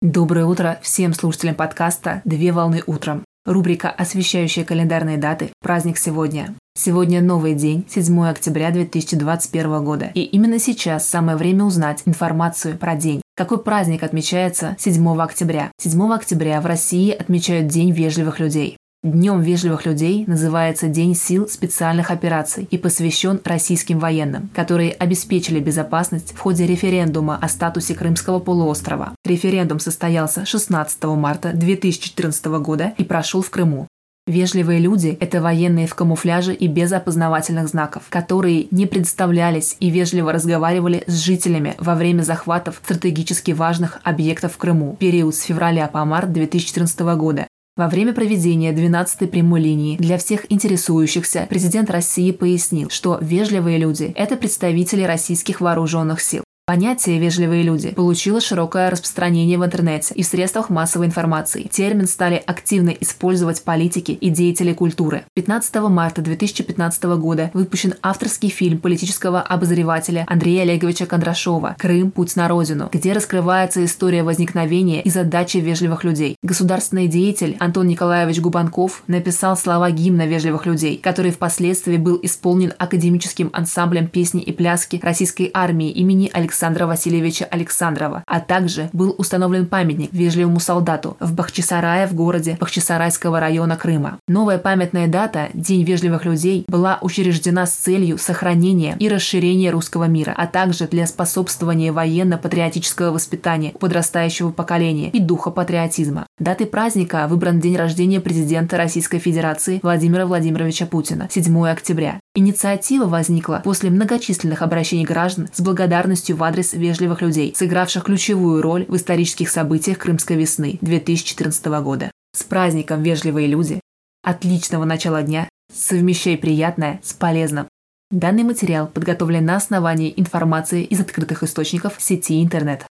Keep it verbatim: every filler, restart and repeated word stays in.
Доброе утро всем слушателям подкаста «Две волны утром». Рубрика, освещающая календарные даты, праздник сегодня. Сегодня новый день, седьмое октября две тысячи двадцать первого года. И именно сейчас самое время узнать информацию про день. Какой праздник отмечается седьмого октября? седьмого октября в России отмечают День вежливых людей. Днем вежливых людей называется День сил специальных операций и посвящен российским военным, которые обеспечили безопасность в ходе референдума о статусе Крымского полуострова. Референдум состоялся шестнадцатого марта две тысячи четырнадцатого года и прошел в Крыму. Вежливые люди – это военные в камуфляже и без опознавательных знаков, которые не представлялись и вежливо разговаривали с жителями во время захватов стратегически важных объектов в Крыму в период с февраля по март две тысячи четырнадцатого года. Во время проведения двенадцатой прямой линии для всех интересующихся президент России пояснил, что вежливые люди – это представители российских вооруженных сил. Понятие «вежливые люди» получило широкое распространение в интернете и в средствах массовой информации. Термин стали активно использовать политики и деятели культуры. пятнадцатого марта две тысячи пятнадцатого года выпущен авторский фильм политического обозревателя Андрея Олеговича Кондрашова «Крым. Путь на родину», где раскрывается история возникновения и задачи вежливых людей. Государственный деятель Антон Николаевич Губанков написал слова гимна вежливых людей, который впоследствии был исполнен академическим ансамблем песни и пляски российской армии имени Александра Александра Васильевича Александрова, а также был установлен памятник вежливому солдату в Бахчисарае в городе Бахчисарайского района Крыма. Новая памятная дата День вежливых людей была учреждена с целью сохранения и расширения русского мира, а также для способствования военно-патриотического воспитания подрастающего поколения и духа патриотизма. Датой праздника выбран день рождения президента Российской Федерации Владимира Владимировича Путина – седьмое октября. Инициатива возникла после многочисленных обращений граждан с благодарностью в адрес вежливых людей, сыгравших ключевую роль в исторических событиях Крымской весны две тысячи четырнадцатого года. С праздником, вежливые люди! Отличного начала дня! Совмещай приятное с полезным! Данный материал подготовлен на основании информации из открытых источников сети интернет.